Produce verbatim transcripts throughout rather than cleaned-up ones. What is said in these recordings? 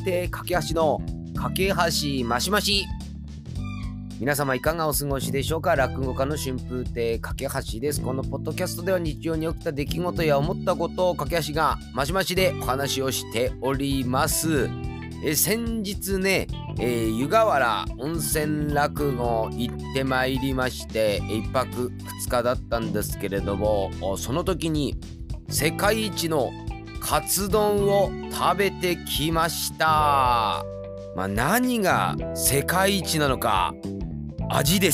亭架橋の架け橋マシマシ。皆様いかがお過ごしでしょうか。落語家の春風亭架橋です。このポッドキャストでは日常に起きた出来事や思ったことを架橋がマシマシでお話をしております。え先日ね、えー、湯河原温泉落語行ってまいりまして、いっぱくふつかだったんですけれども、その時に世界一のカツ丼を食べてきました。まあ、何が世界一なのか、味です。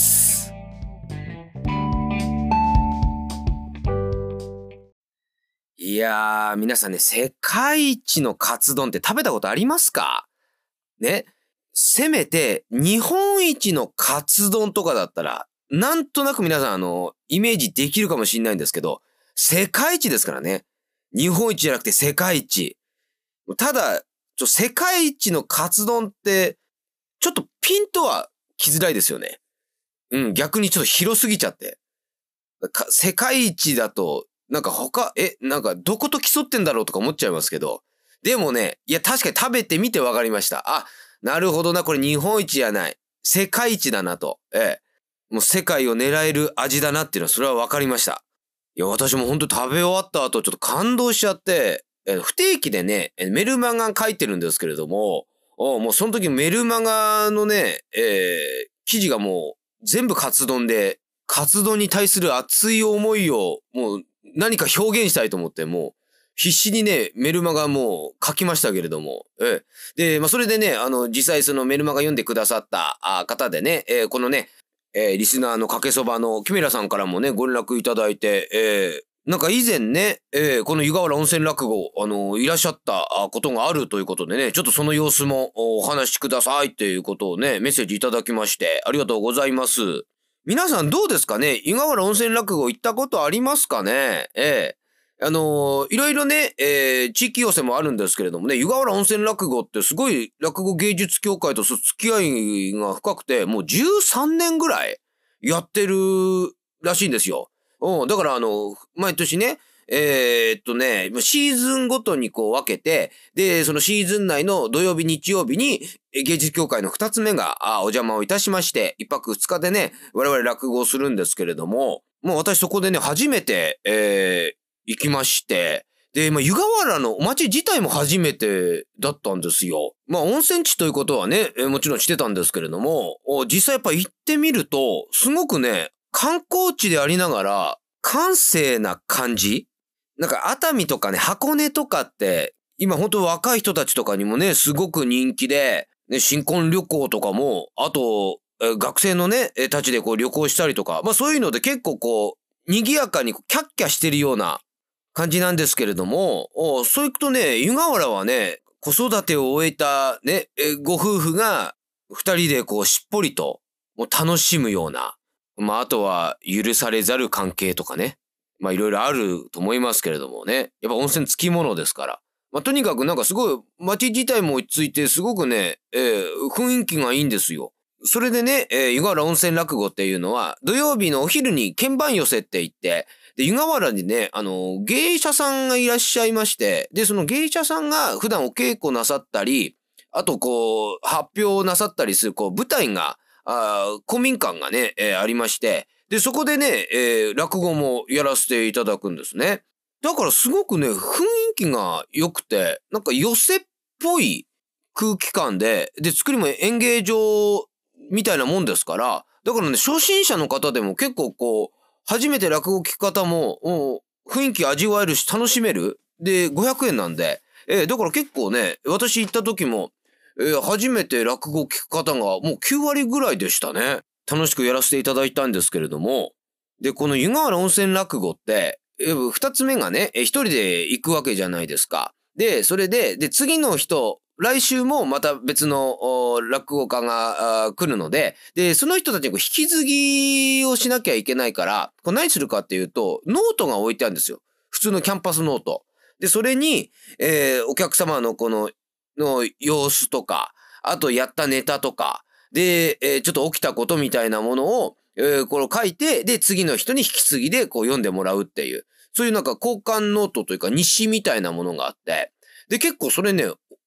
いやー、皆さんね、世界一のカツ丼って食べたことありますかね。せめて日本一のカツ丼とかだったらなんとなく皆さんあのイメージできるかもしれないんですけど、世界一ですからね。日本一じゃなくて世界一。ただちょ世界一のカツ丼ってちょっとピンとは来づらいですよね。うん、逆にちょっと広すぎちゃって。世界一だとなんか他えなんかどこと競ってんだろうとか思っちゃいますけど、でもね、いや確かに食べてみて分かりました。あ、なるほどな、これ日本一じゃない世界一だなと。ええ、もう世界を狙える味だなっていうのはそれは分かりました。いや私も本当食べ終わった後ちょっと感動しちゃって、え不定期でねメルマガ書いてるんですけれども、おもうその時メルマガのね、えー、記事がもう全部カツ丼で、カツ丼に対する熱い思いをもう何か表現したいと思って、もう必死にねメルマガもう書きましたけれども、ええ、でまあそれでね、あの実際そのメルマガ読んでくださった方でね、えー、このね、えー、リスナーのかけそばのキメラさんからもねご連絡いただいて、えー、なんか以前ね、えー、この湯河原温泉落語あのいらっしゃったことがあるということでね、ちょっとその様子もお話しくださいっていうことをねメッセージいただきましてありがとうございます。皆さんどうですかね。湯河原温泉落語行ったことありますかね。ええあのー、いろいろね、えー、地域寄せもあるんですけれどもね、湯河原温泉落語ってすごい落語芸術協会と付き合いが深くて、もうじゅうさんねんぐらいやってるらしいんですよ。うん、だからあの、毎年ね、えー、っとね、シーズンごとにこう分けて、で、そのシーズン内の土曜日、日曜日に芸術協会の二つ目がお邪魔をいたしまして、一泊二日でね、我々落語をするんですけれども、もう私そこでね、初めて、えー、行きまして、で、まあ、湯河原の街自体も初めてだったんですよ。まあ、温泉地ということはね、もちろんしてたんですけれども、実際やっぱ行ってみると、すごくね、観光地でありながら、閑静な感じ？なんか熱海とかね、箱根とかって、今本当若い人たちとかにもね、すごく人気で、ね、新婚旅行とかも、あと、学生のね、たちでこう旅行したりとか、まあそういうので結構こう、賑やかにキャッキャしてるような感じなんですけれども、そういくとね、湯河原はね、子育てを終えたね、ご夫婦が二人でこうしっぽりともう楽しむような、まああとは許されざる関係とかね、まあいろいろあると思いますけれどもね、やっぱ温泉付き物ですから、まあとにかくなんかすごい街自体も落ち着いてすごくね、えー、雰囲気がいいんですよ。それでね、えー、湯河原温泉落語っていうのは土曜日のお昼に鍵盤寄せって言って、で、湯河原にね、あの、芸者さんがいらっしゃいまして、で、その芸者さんが普段お稽古なさったり、あとこう、発表なさったりする、こう、舞台が、あ公民館がね、えー、ありまして、で、そこでね、えー、落語もやらせていただくんですね。だからすごくね、雰囲気が良くて、なんか寄せっぽい空気感で、で、作りも演芸場みたいなもんですから、だからね、初心者の方でも結構こう、初めて落語聞く方も、雰囲気味わえるし楽しめる。で、ごひゃくえんなんで。えー、だから結構ね、私行った時も、えー、初めて落語聞く方がもうきゅうわりぐらいでしたね。楽しくやらせていただいたんですけれども。で、この湯河原温泉落語って、えー、二つ目がね、一人で行くわけじゃないですか。で、それで、で、次の人、来週もまた別の落語家が来るので、で、その人たちにこう引き継ぎをしなきゃいけないから、こう何するかっていうと、ノートが置いてあるんですよ。普通のキャンパスノート。で、それに、えー、お客様のこの、の様子とか、あとやったネタとか、で、えー、ちょっと起きたことみたいなものを、えー、これを書いて、で、次の人に引き継ぎでこう読んでもらうっていう、そういうなんか交換ノートというか日誌みたいなものがあって、で、結構それね、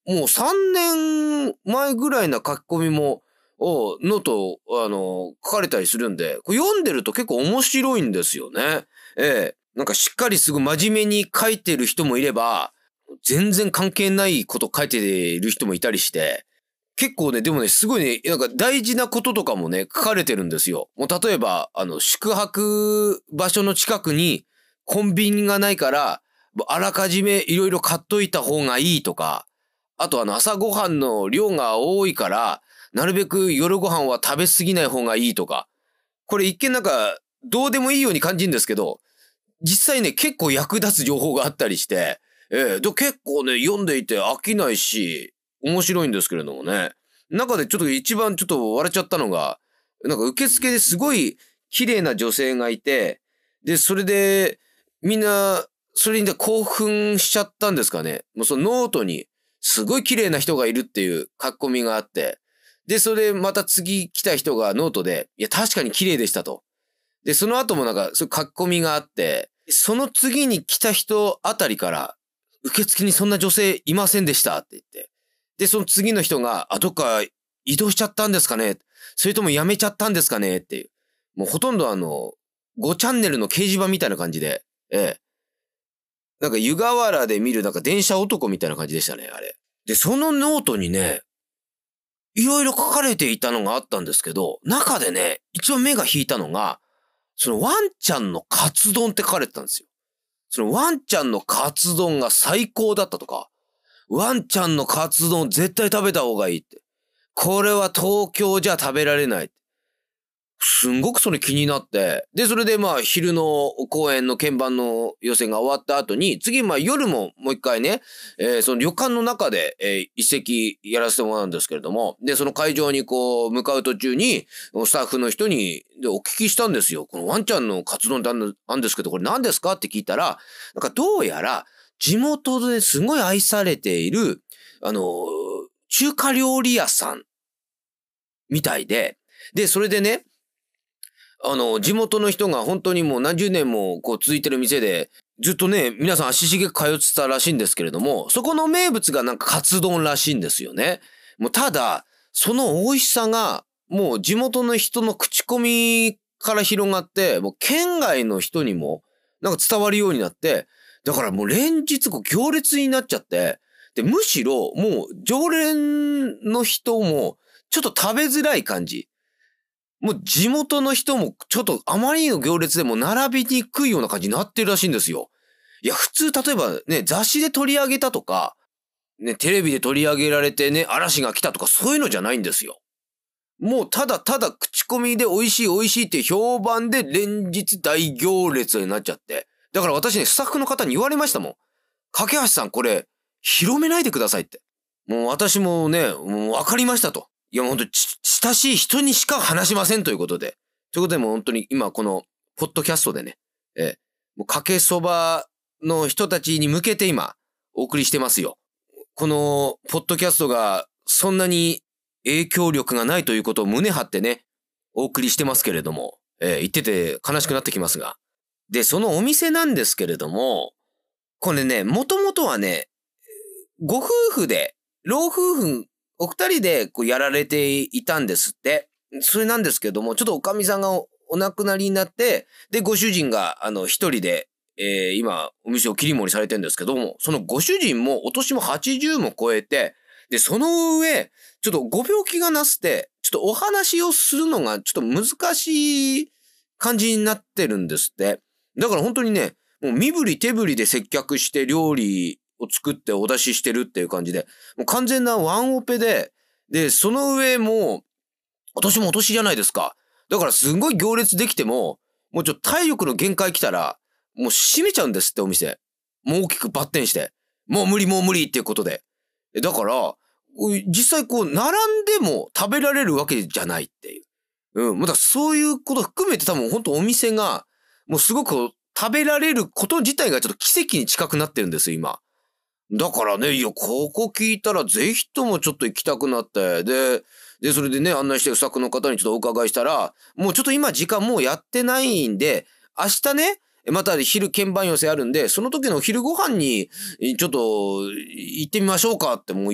もうさんねんまえぐらいな書き込みも、をノート、あの、書かれたりするんで、これ読んでると結構面白いんですよね。ええ。なんかしっかりすぐ真面目に書いてる人もいれば、全然関係ないこと書いてる人もいたりして、結構ね、でもね、すごいね、なんか大事なこととかもね、書かれてるんですよ。もう例えば、あの、宿泊場所の近くにコンビニがないから、あらかじめいろいろ買っといた方がいいとか、あとあの、朝ごはんの量が多いから、なるべく夜ご飯は食べ過ぎない方がいいとか、これ一見なんか、どうでもいいように感じるんですけど、実際ね、結構役立つ情報があったりして、ええ、で結構ね、読んでいて飽きないし、面白いんですけれどもね。中でちょっと一番ちょっと笑っちゃったのが、なんか受付ですごい綺麗な女性がいて、で、それで、みんな、それに興奮しちゃったんですかね。もうそのノートに、すごい綺麗な人がいるっていう書き込みがあって、で、それまた次来た人がノートで、いや、確かに綺麗でしたと。で、その後もなんか、そういう書き込みがあって、その次に来た人あたりから、受付にそんな女性いませんでしたって言って。で、その次の人が、あ、どっか移動しちゃったんですかね、それとも辞めちゃったんですかねっていう。もうほとんどあの、ごチャンネルの掲示板みたいな感じで、ええ。なんか湯河原で見るなんか電車男みたいな感じでしたね、あれ。で、そのノートにね、いろいろ書かれていたのがあったんですけど、中でね、一番目が引いたのが、そのワンちゃんのカツ丼って書かれてたんですよ。そのワンちゃんのカツ丼が最高だったとか、ワンちゃんのカツ丼絶対食べた方がいいって。これは東京じゃ食べられない。すんごくそれ気になって。で、それでまあ昼の公演の鍵盤の予選が終わった後に、次まあ夜ももう一回ね、えー、その旅館の中で、えー、一席やらせてもらうんですけれども、で、その会場にこう向かう途中に、スタッフの人にでお聞きしたんですよ。このワンちゃんのカツ丼ってあるんですけど、これ何ですかって聞いたら、なんかどうやら地元ですごい愛されている、あのー、中華料理屋さんみたいで、で、それでね、あの、地元の人が本当にもう何十年もこう続いてる店で、ずっとね、皆さん足しげく通ってたらしいんですけれども、そこの名物がなんかカツ丼らしいんですよね。もうただ、その美味しさが、もう地元の人の口コミから広がって、もう県外の人にもなんか伝わるようになって、だからもう連日こう行列になっちゃって、で、むしろもう常連の人もちょっと食べづらい感じ。もう地元の人もちょっとあまりの行列でも並びにくいような感じになってるらしいんですよ。いや、普通例えばね、雑誌で取り上げたとか、ね、テレビで取り上げられてね、嵐が来たとかそういうのじゃないんですよ。もうただただ口コミで美味しい美味しいって評判で連日大行列になっちゃって。だから私ね、スタッフの方に言われましたもん。架橋さんこれ、広めないでくださいって。もう私もね、もう分かりましたと。いやもう本当に親しい人にしか話しませんということで。ということでもう本当に今このポッドキャストでね、えもうかけそばの人たちに向けて今お送りしてますよ。このポッドキャストがそんなに影響力がないということを胸張ってね、お送りしてますけれども、えー、言ってて悲しくなってきますが。で、そのお店なんですけれども、これね、もともとはね、ご夫婦で、老夫婦、お二人でこうやられていたんですって。それなんですけども、ちょっとおかみさんが お, お亡くなりになって、で、ご主人があの一人で、えー、今お店を切り盛りされてるんですけども、そのご主人もお年もはちじゅうも超えて、で、その上、ちょっとご病気がなすって、ちょっとお話をするのがちょっと難しい感じになってるんですって。だから本当にね、もう身振り手振りで接客して料理を作ってお出ししてるっていう感じで、もう完全なワンオペで、で、その上もう、お年もお年じゃないですか。だからすごい行列できても、もうちょっと体力の限界来たら、もう閉めちゃうんですってお店。もう大きくバッテンして。もう無理もう無理っていうことで。だから、実際こう、並んでも食べられるわけじゃないっていう。うん。まだそういうこと含めて多分本当お店が、もうすごく食べられること自体がちょっと奇跡に近くなってるんですよ、今。だからね、いや、ここ聞いたらぜひともちょっと行きたくなって、で、で、それでね、案内してるスタッフの方にちょっとお伺いしたら、もうちょっと今時間もうやってないんで、明日ね、また昼鍵盤寄せあるんで、その時の昼ご飯に、ちょっと行ってみましょうかってもう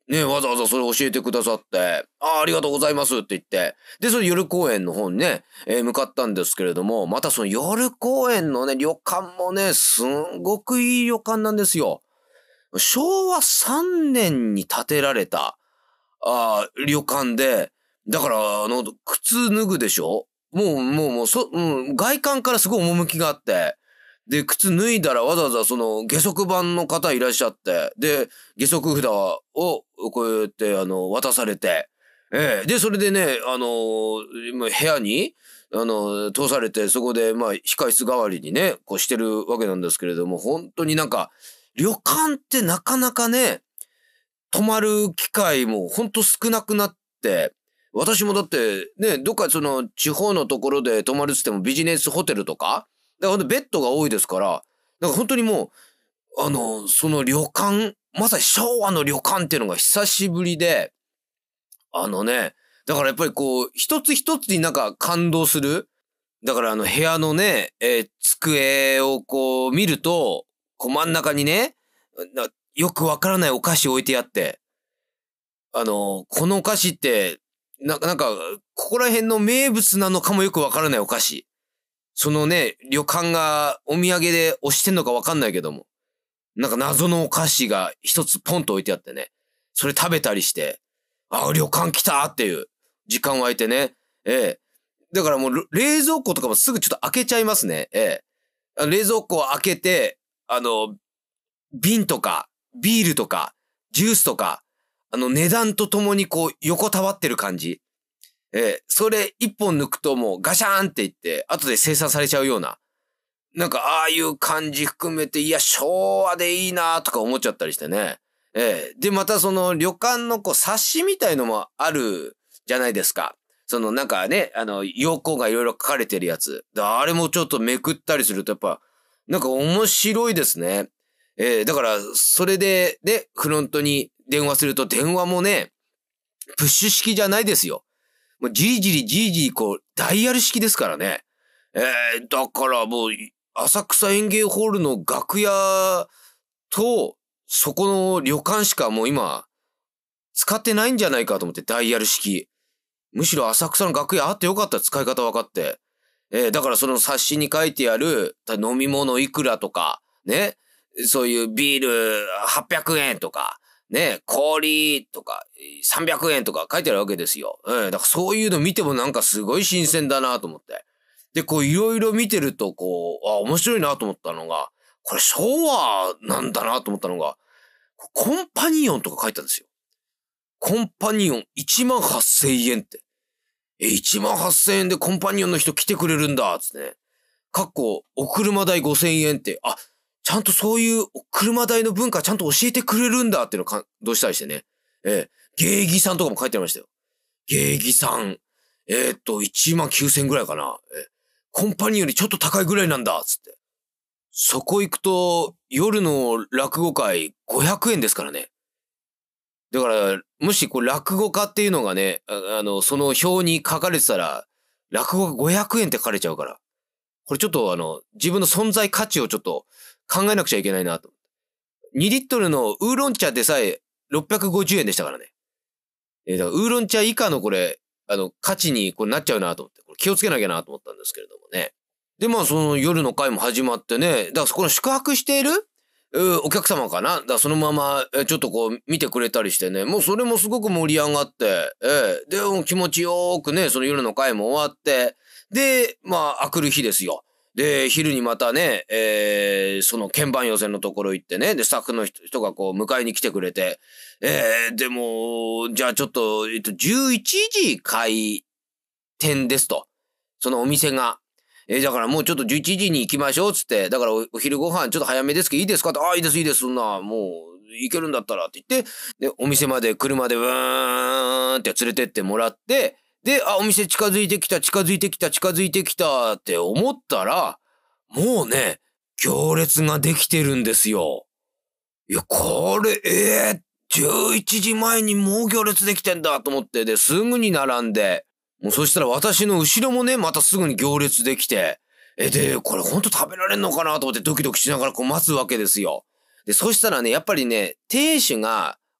ね、わざわざそれ教えてくださって、ああ、ありがとうございますって言って、で、それ夜公園の方にね、えー向かったんですけれども、またその夜公園のね、旅館もね、すんごくいい旅館なんですよ。しょうわさんねんに建てられた、あー旅館で、だから、あの、靴脱ぐでしょ。もう、もう、もう、そ、うん、外観からすごい趣があって、で、靴脱いだらわざわざその下足番の方いらっしゃって、で、下足札をこうやってあの渡されて、ええで、それでね、あのまあ部屋に、あの、通されて、そこでまあ控室代わりにね、こうしてるわけなんですけれども、本当になんか、旅館ってなかなかね、泊まる機会も本当少なくなって、私もだってね、どっかその地方のところで泊まるっつってもビジネスホテルとか、だからほんとベッドが多いですから、なんか本当にもう、あの、その旅館、まさに昭和の旅館っていうのが久しぶりで、あのね、だからやっぱりこう、一つ一つになんか感動する。だからあの部屋のね、えー机をこう見ると、こう真ん中にね、なよくわからないお菓子置いてあって、あの、このお菓子って、なんか、なんか、ここら辺の名物なのかもよくわからないお菓子。そのね、旅館がお土産で押してんのかわかんないけども、なんか謎のお菓子が一つポンと置いてあってね、それ食べたりして、ああ、旅館来たっていう時間湧いてね、ええ。だからもう冷蔵庫とかもすぐちょっと開けちゃいますね、ええ。あの冷蔵庫を開けて、あの、瓶とか、ビールとか、ジュースとか、あの値段とともにこう横たわってる感じ。ええ、それ一本抜くともうガシャーンっていって、後で清算されちゃうような。なんかああいう感じ含めて、いや、昭和でいいなとか思っちゃったりしてね。ええ。で、またその旅館のこう冊子みたいのもあるじゃないですか。そのなんかね、あの、要項がいろいろ書かれてるやつ。であれもちょっとめくったりするとやっぱ、なんか面白いですね。ええ、だから、それで、ね、フロントに電話すると電話もね、プッシュ式じゃないですよ。もうじりじりじりじりこう、ダイヤル式ですからね。ええ、だからもう、浅草園芸ホールの楽屋と、そこの旅館しかもう今、使ってないんじゃないかと思って、ダイヤル式。むしろ浅草の楽屋あってよかった、使い方分かって。えー、だからその冊子に書いてある、飲み物いくらとか、ね、そういうビールはっぴゃくえんとか、ね、氷とかさんびゃくえんとか書いてあるわけですよ。うん、だからそういうの見てもなんかすごい新鮮だなと思って。で、こういろいろ見てると、こう、あ、面白いなと思ったのが、これ昭和なんだなと思ったのが、コンパニオンとか書いてあるんですよ。コンパニオンいちまんはっせんえんって。え、いちまんはっせんえんでコンパニオンの人来てくれるんだ、つってね。かっこ、お車代ごせんえんって、あ、ちゃんとそういうお車代の文化ちゃんと教えてくれるんだっていうのを感動したりしてね。ええ、芸妓さんとかも書いてありましたよ。芸妓さん、えー、っと、いちまんきゅうせんえんぐらいかな。え、コンパニオンよりちょっと高いぐらいなんだ、つって。そこ行くと、夜の落語会ごひゃくえんですからね。だから、もしこう落語家っていうのがね、あ、あの、その表に書かれてたら、落語がごひゃくえんって書かれちゃうから。これちょっとあの、自分の存在価値をちょっと考えなくちゃいけないなと。にリットルのウーロン茶でさえろっぴゃくごじゅうえんでしたからね。えー、だからウーロン茶以下のこれ、あの、価値にこうなっちゃうなと思って、これ気をつけなきゃなと思ったんですけれどもね。で、まあその夜の会も始まってね、だからそこの宿泊しているお客様かなだからそのまま、ちょっとこう見てくれたりしてね、もうそれもすごく盛り上がって、ええ、で、もう気持ちよくね、その夜の会も終わって、で、まあ、明くる日ですよ。で、昼にまたね、えー、その鍵盤予選のところ行ってね、で、スタッフの人がこう迎えに来てくれて、えー、でも、じゃあちょっと、えっと、じゅういちじ開店ですと。そのお店が。えー、だからもうちょっとじゅういちじに行きましょうっつって、だからお昼ご飯ちょっと早めですけどいいですかって、ああ、いいですいいです、そんな、もう行けるんだったらって言って、で、お店まで車でブーンって連れてってもらって、で、あ、お店近づいてきた、近づいてきた、近づいてきたって思ったら、もうね、行列ができてるんですよ。いや、これ、えー、じゅういちじまえにもう行列できてんだと思って、で、すぐに並んで、もうそしたら私の後ろもね、またすぐに行列できて、え、で、これほんと食べられんのかなと思ってドキドキしながらこう待つわけですよ。で、そしたらね、やっぱりね、亭主が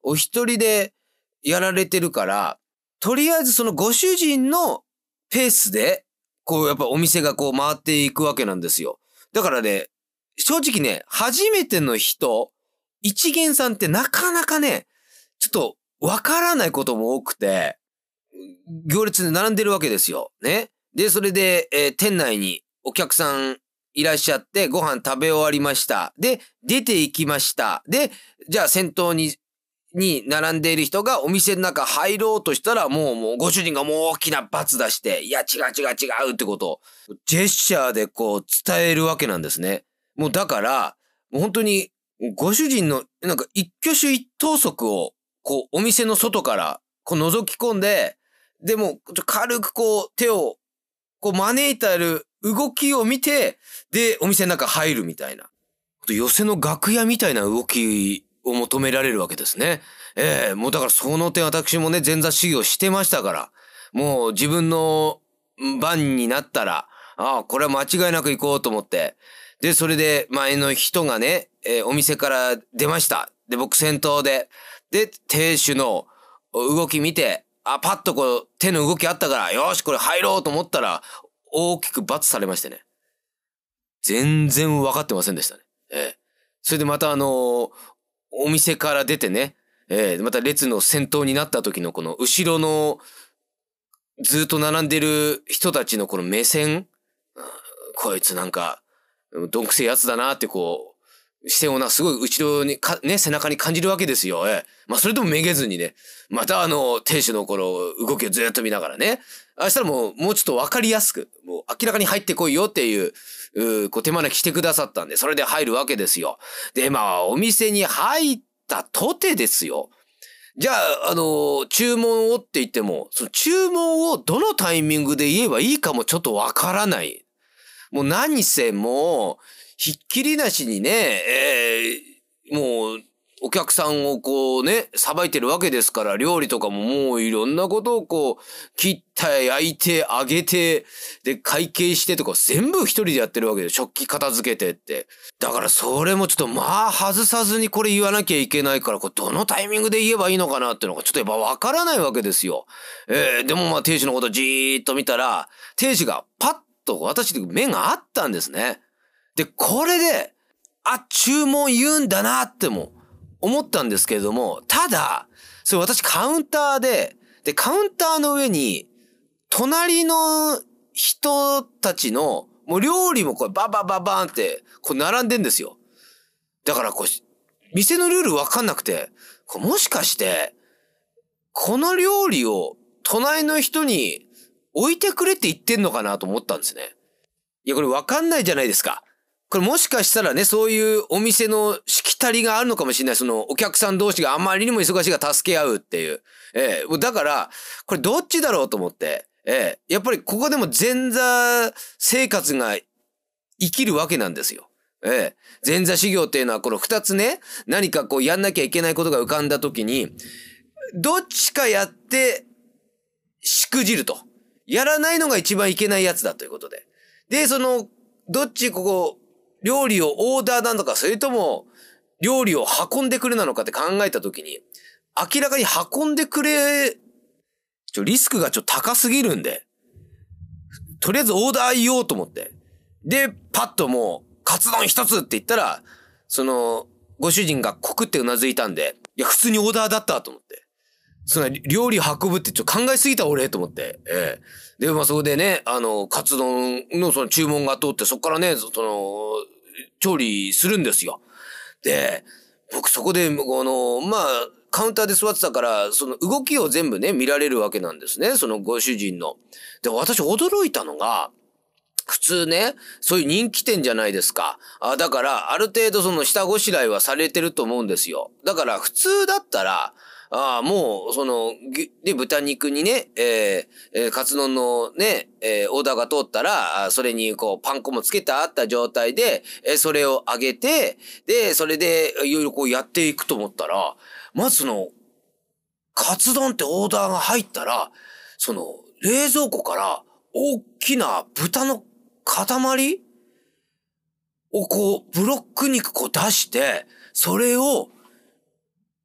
お一人でやられてるから、とりあえずそのご主人のペースで、こうやっぱお店がこう回っていくわけなんですよ。だからね、正直ね、初めての人、一元さんってなかなかね、ちょっとわからないことも多くて、行列で並んでるわけですよ。ね。で、それで、えー店内にお客さんいらっしゃって、ご飯食べ終わりました。で、出て行きました。で、じゃあ先頭に、に並んでいる人がお店の中入ろうとしたら、もう、もうご主人がもう大きな罰出して、いや、違う違う違うってことを、ジェスチャーでこう伝えるわけなんですね。もうだから、もう本当に、ご主人のなんか一挙手一投足を、こう、お店の外から、こう覗き込んで、でも、軽くこう、手を、こう招いてある動きを見て、で、お店の中入るみたいな。寄席の楽屋みたいな動きを求められるわけですね。ええもうだからその点私もね、前座修行してましたから、もう自分の番になったら、ああ、これは間違いなく行こうと思って、で、それで前の人がね、えーお店から出ました。で、僕先頭で、で、亭主の動き見て、あ、パッとこう手の動きあったから、よし、これ入ろうと思ったら、大きく罰されましてね。全然分かってませんでしたね。ええ。それでまたあのーお店から出てね、ええ、また列の先頭になった時のこの後ろのずっと並んでる人たちのこの目線、うんこいつなんか、どんくせえやつだなってこう、視線をな、すごい後ろにか、ね、背中に感じるわけですよ。ええ。まあそれともめげずにね、またあの、亭主のこの動きをずっと見ながらね、あしたらもう、もうちょっとわかりやすく、もう明らかに入ってこいよっていう、うこう手招きしてくださったんで、それで入るわけですよ。で、まあ、お店に入ったとてですよ。じゃあ、あの、注文をって言っても、その注文をどのタイミングで言えばいいかもちょっとわからない。もう何せもう、ひっきりなしにね、えーもう、お客さんをこうね、さばいてるわけですから、料理とかももういろんなことをこう、切った焼いて、揚げて、で、会計してとか全部一人でやってるわけで、食器片付けてって。だからそれもちょっとまあ外さずにこれ言わなきゃいけないから、これどのタイミングで言えばいいのかなっていうのがちょっとやっぱわからないわけですよ。えー、でもまあ亭主のことじーっと見たら、亭主がパッと私と目があったんですね。で、これで、あ、注文言うんだなっても思ったんですけれども、ただ、それ私カウンターで、で、カウンターの上に、隣の人たちの、もう料理もこれババババーンって、こう並んでんですよ。だからこう、店のルールわかんなくて、これもしかして、この料理を隣の人に置いてくれって言ってんのかなと思ったんですね。いや、これわかんないじゃないですか。これもしかしたらね、そういうお店のしきたりがあるのかもしれない。そのお客さん同士があまりにも忙しいから助け合うっていう。ええだから、これどっちだろうと思って。ええやっぱりここでも前座生活が生きるわけなんですよ。ええ前座修行っていうのはこの二つね、何かこうやんなきゃいけないことが浮かんだ時に、どっちかやってしくじると。やらないのが一番いけないやつだということで。で、その、どっちここ、料理をオーダーなのか、それとも、料理を運んでくれなのかって考えたときに、明らかに運んでくれ、ちょ、リスクがちょっと高すぎるんで、とりあえずオーダー言おうと思って。で、パッともう、カツ丼一つって言ったら、その、ご主人がコクってうなずいたんで、いや、普通にオーダーだったと思って。その料理運ぶってちょっと考えすぎた俺と思って。ええ。で、まあそこでね、あの、カツ丼のその注文が通って、そこからね、その、調理するんですよ。で、僕そこで、あの、まあ、カウンターで座ってたから、その動きを全部ね、見られるわけなんですね。そのご主人の。で、私驚いたのが、普通ね、そういう人気店じゃないですか。あ、だから、ある程度その下ごしらえはされてると思うんですよ。だから普通だったら、ああ、もう、その、で、豚肉にね、えーえーカツ丼のね、えーオーダーが通ったら、あそれにこう、パン粉もつけてあった状態で、えーそれを揚げて、で、それで、いろいろこうやっていくと思ったら、まずその、カツ丼ってオーダーが入ったら、その、冷蔵庫から大きな豚の塊をこう、ブロック肉こう出して、それを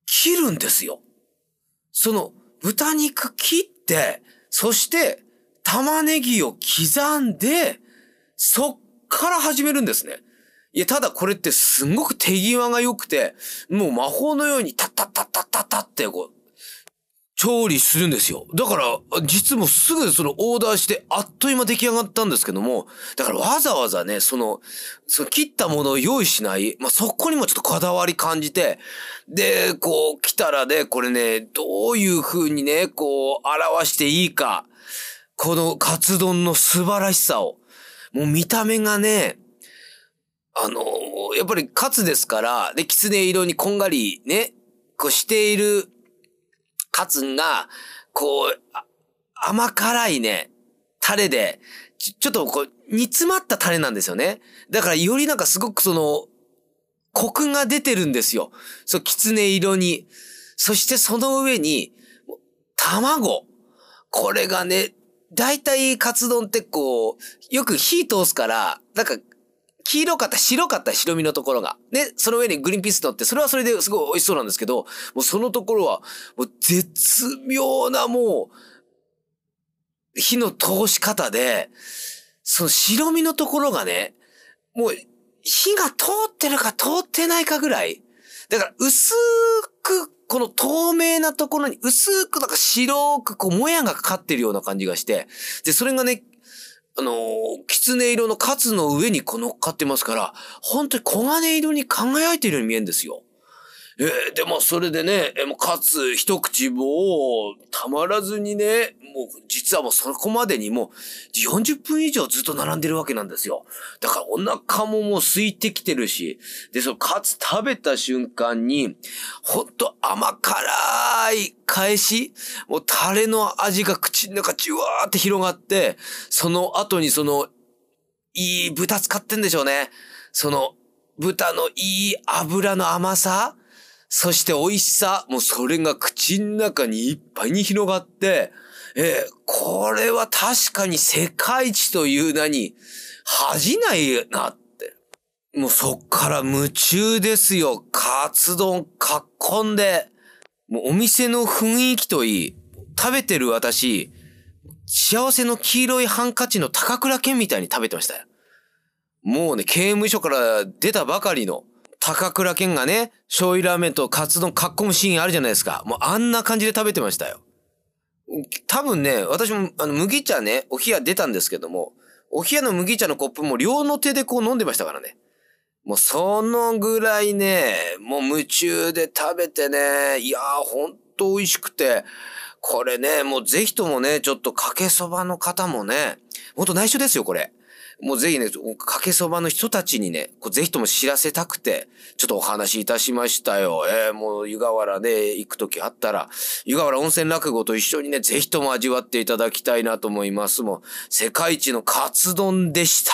切るんですよ。その豚肉切って、そして玉ねぎを刻んで、そっから始めるんですね。いや、ただこれってすんごく手際が良くて、もう魔法のようにタッタッタッタッタッタってこう、調理するんですよ。だから、実もすぐそのオーダーしてあっという間出来上がったんですけども、だからわざわざね、その、その切ったものを用意しない、まあ、そこにもちょっとこだわり感じて、で、こう来たらね、これね、どういう風にね、こう表していいか、このカツ丼の素晴らしさを、もう見た目がね、あの、やっぱりカツですから、で、きつね色にこんがりね、こうしている、カツが、こう、甘辛いね、タレで、ちょ、ちょっとこう、煮詰まったタレなんですよね。だからよりなんかすごくその、コクが出てるんですよ。そう、きつね色に。そしてその上に、卵。これがね、だいたいカツ丼ってこう、よく火通すから、なんか、黄色かった、白かった、白身のところが。ね、その上にグリーンピース乗って、それはそれですごい美味しそうなんですけど、もうそのところは、もう絶妙なもう、火の通し方で、その白身のところがね、もう、火が通ってるか通ってないかぐらい。だから薄く、この透明なところに薄くなんか白くこう、もやがかかってるような感じがして、で、それがね、あのー、きつね色のカツの上にこう乗っかってますから、本当に黄金色に輝いてるように見えるんですよ。えー、でもそれでね、えー、もうカツ一口もうたまらずにね、もう実はもうそこまでにもうよんじゅっぷん以上ずっと並んでるわけなんですよ。だからお腹ももう空いてきてるし、で、そのカツ食べた瞬間に、ほんと甘辛い返し、もうタレの味が口の中じゅわーって広がって、その後にその、いい豚使ってんでしょうね。その、豚のいい油の甘さ、そして美味しさ、もうそれが口の中にいっぱいに広がって、えー、これは確かに世界一という名に恥じないなって。もうそっから夢中ですよ。カツ丼囲んで、もうお店の雰囲気といい、食べてる私、幸せの黄色いハンカチの高倉健みたいに食べてましたよ。もうね、刑務所から出たばかりの、高倉健がね、醤油ラーメンとカツ丼かっこむシーンあるじゃないですか。もうあんな感じで食べてましたよ。多分ね、私もあの麦茶ね、お冷や出たんですけども、お冷やの麦茶のコップも両の手でこう飲んでましたからね。もうそのぐらいね、もう夢中で食べてね、いやーほんと美味しくて、これね、もうぜひともね、ちょっとかけそばの方もね、ほんと内緒ですよ、これ。もうぜひね、かけそばの人たちにね、こうぜひとも知らせたくて、ちょっとお話しいたしましたよ。えー、もう湯河原で行くときあったら、湯河原温泉落語と一緒にね、ぜひとも味わっていただきたいなと思います。もう、世界一のカツ丼でした。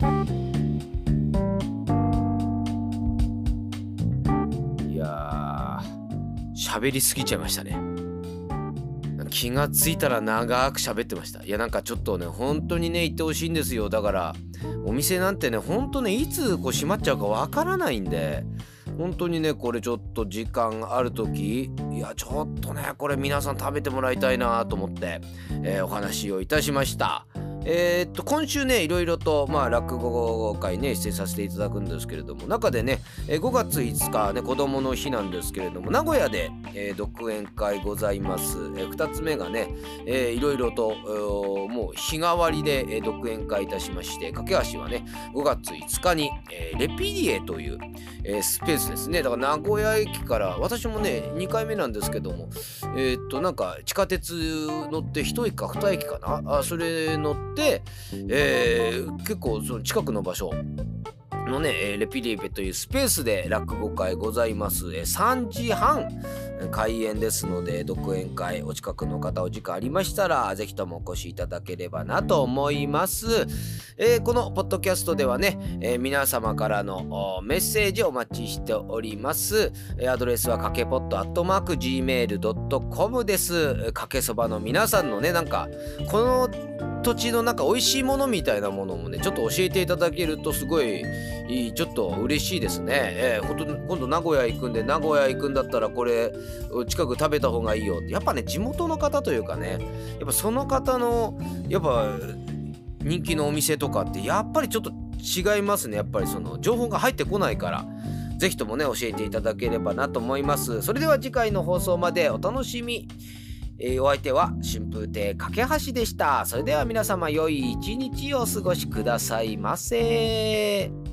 いやー、喋りすぎちゃいましたね。気がついたら長く喋ってました。いやなんかちょっとね本当にね行ってほしいんですよ。だからお店なんてね本当ねいつこう閉まっちゃうかわからないんで、本当にねこれちょっと時間ある時、いやちょっとねこれ皆さん食べてもらいたいなと思って、えー、お話をいたしました。えー、っと今週ねいろいろとまあ落語会ね出演させていただくんですけれども、中でねごがついつかね子どもの日なんですけれども、名古屋で、えー、独演会ございます。えー、ふたつめがね、えー、いろいろともう日替わりで、えー、独演会いたしまして、架け橋はねごがついつかに、えー、レピリエという、えー、スペースですね。だから名古屋駅から私もねにかいめなんですけども、えー、っとなんか地下鉄乗っていち駅かに駅かな、あそれ乗ってで、えー、結構その近くの場所のねレピリエペというスペースで落語会ございます。さんじはん開演ですので、独演会お近くの方お時間ありましたらぜひともお越しいただければなと思います。えー、このポッドキャストではね、えー、皆様からのメッセージをお待ちしております。アドレスはかけポッドアットマーク ジーメールドットコム です。かけそばの皆さんのねなんかこの土地のなんか美味しいものみたいなものもねちょっと教えていただけるとすごいいいちょっと嬉しいですね。えー、ほんと今度名古屋行くんで名古屋行くんだったらこれ近く食べた方がいいよってやっぱね地元の方というかねやっぱその方のやっぱ人気のお店とかってやっぱりちょっと違いますね。やっぱりその情報が入ってこないからぜひともね教えていただければなと思います。それでは次回の放送までお楽しみ。えー、お相手は春風亭架橋でした。それでは皆様良い一日をお過ごしくださいませ。